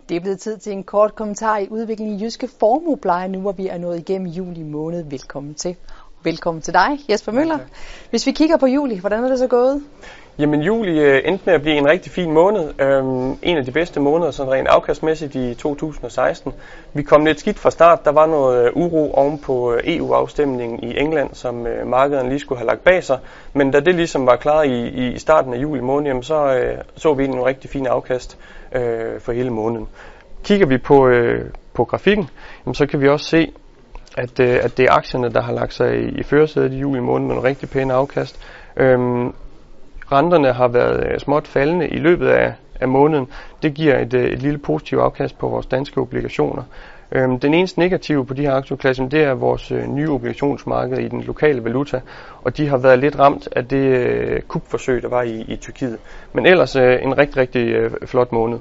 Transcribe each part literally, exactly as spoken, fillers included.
Det er blevet tid til en kort kommentar i udviklingen i Jyske Formuepleje, nu hvor vi er nået igennem juli måned. Velkommen til. Velkommen til dig, Jesper Møller. Ja, hvis vi kigger på juli, hvordan er det så gået? Jamen juli øh, endte med at blive en rigtig fin måned. Øhm, en af de bedste måneder, sådan rent afkastmæssigt i to tusind og seksten. Vi kom lidt skidt fra start. Der var noget uro oven på E U-afstemningen i England, som øh, markederne lige skulle have lagt bag sig. Men da det ligesom var klar i, i starten af juli måned, jamen, så øh, så vi en rigtig fin afkast øh, for hele måneden. Kigger vi på, øh, på grafikken, jamen, så kan vi også se, at, øh, at det er aktierne, der har lagt sig i, i førersædet i juli måned med en rigtig pæn afkast. Øhm, Renterne har været småt faldende i løbet af, af måneden. Det giver et, et lille positivt afkast på vores danske obligationer. Øhm, den eneste negative på de her aktieklasser, det er vores øh, nye obligationsmarked i den lokale valuta, og de har været lidt ramt af det øh, kupforsøg, der var i, i Tyrkiet. Men ellers øh, en rigtig, rigtig øh, flot måned.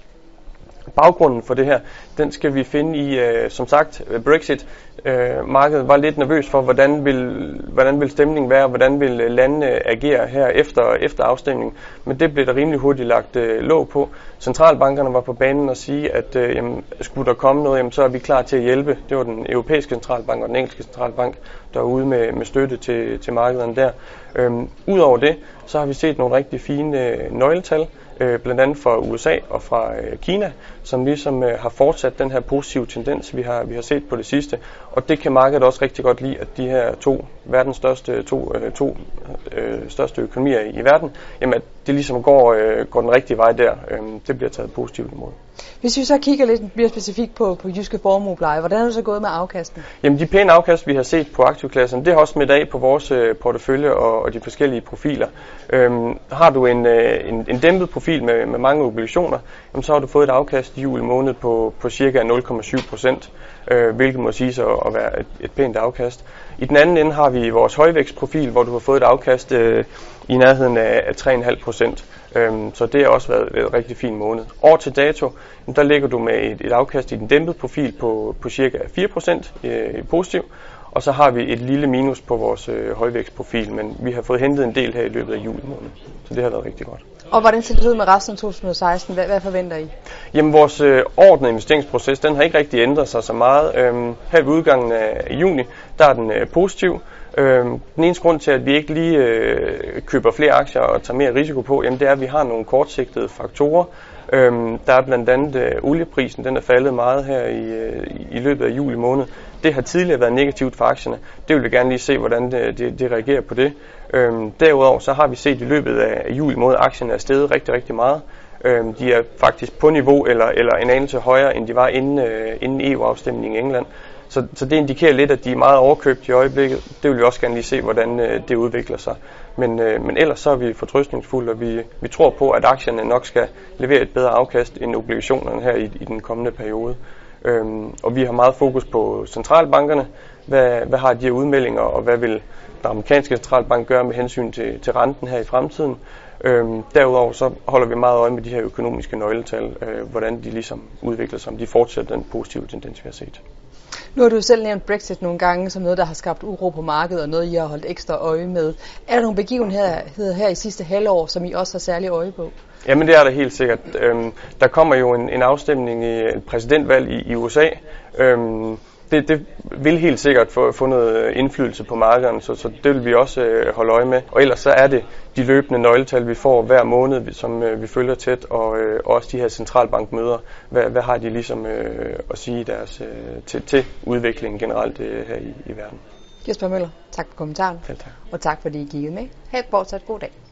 Baggrunden for det her, den skal vi finde i, øh, som sagt, Brexit. Øh, markedet var lidt nervøs for, hvordan vil, hvordan vil stemningen være, hvordan vil landene agere her efter, efter afstemningen. Men det blev der rimelig hurtigt lagt øh, låg på. Centralbankerne var på banen og sige, at øh, jamen, skulle der komme noget, jamen, så er vi klar til at hjælpe. Det var den europæiske centralbank og den engelske centralbank, der var ude med, med støtte til, til markederne der. Øhm, Udover det, så har vi set nogle rigtig fine øh, nøgletal, øh, blandt andet fra U S A og fra øh, Kina, som ligesom øh, har fortsat den her positive tendens, vi har, vi har set på det sidste. Og det kan markedet også rigtig godt lide, at de her to verdens største, to, øh, to øh, største økonomier i, i verden, jamen at det ligesom går, øh, går den rigtige vej der. Øh, det bliver taget positivt imod. Hvis vi så kigger lidt mere specifikt på, på Jyske Formuepleje, hvordan er det så gået med afkasten? Jamen de pæne afkast, vi har set på aktivklassen, det har også smidt af på vores øh, portefølje og, og de forskellige profiler. Øhm, har du en, øh, en, en dæmpet profil med, med mange obligationer, jamen, så har du fået et afkast i juli måned på, på cirka nul komma syv procent, øh, hvilket må sige så at være et, et pænt afkast. I den anden ende har vi vores højvækstprofil, hvor du har fået et afkast øh, i nærheden af, af tre komma fem procent. Øhm, så det har også været en rigtig fin måned. År til dato, der ligger du med et, et afkast i den dæmpede profil på, på cirka fire procent øh, positiv, og så har vi et lille minus på vores øh, højvækstprofil, men vi har fået hentet en del her i løbet af juli måned, så det har været rigtig godt. Og hvordan ser det ud med resten af to tusind og seksten? Hvad, hvad forventer I? Jamen vores øh, ordnede investeringsproces, den har ikke rigtig ændret sig så meget. Øhm, her ved udgangen af juni, der er den øh, positiv. Øhm, den eneste grund til, at vi ikke lige øh, køber flere aktier og tager mere risiko på, jamen det er, at vi har nogle kortsigtede faktorer. Øhm, der er blandt andet øh, olieprisen, den er faldet meget her i, øh, i løbet af juli måned. Det har tidligere været negativt for aktierne. Det vil vi gerne lige se, hvordan det, det, det reagerer på det. Øhm, derudover så har vi set i løbet af juli måned, at aktierne er steget rigtig, rigtig meget. Øhm, de er faktisk på niveau eller, eller en anelse højere, end de var inden, øh, inden E U-afstemningen i England. Så, så det indikerer lidt, at de er meget overkøbt i øjeblikket. Det vil vi også gerne lige se, hvordan øh, det udvikler sig. Men, øh, men ellers så er vi fortrøstningsfulde, og vi, vi tror på, at aktierne nok skal levere et bedre afkast end obligationerne her i, i den kommende periode. Øhm, og vi har meget fokus på centralbankerne. Hvad, hvad har de her udmeldinger, og hvad vil den amerikanske centralbank gøre med hensyn til, til renten her i fremtiden? Øhm, derudover så holder vi meget øje med de her økonomiske nøgletal, øh, hvordan de ligesom udvikler sig, om de fortsætter den positive tendens, vi har set. Nu har du selv nævnt Brexit nogle gange som noget, der har skabt uro på markedet, og noget, I har holdt ekstra øje med. Er der nogle begivenheder her i sidste halvår, som I også har særlig øje på? Jamen det er der helt sikkert. Øhm, der kommer jo en, en afstemning i et præsidentvalg i, i U S A. Øhm, det, det vil helt sikkert få, få noget indflydelse på markederne, så, så det vil vi også øh, holde øje med. Og ellers så er det de løbende nøgletal, vi får hver måned, som øh, vi følger tæt, og øh, også de her centralbankmøder. Hvad, hvad har de ligesom øh, at sige deres, øh, til, til udviklingen generelt øh, her i, i verden? Jesper Møller, tak for kommentaren. Selv tak. Og tak fordi I kiggede med. Ha' en fortsat god dag.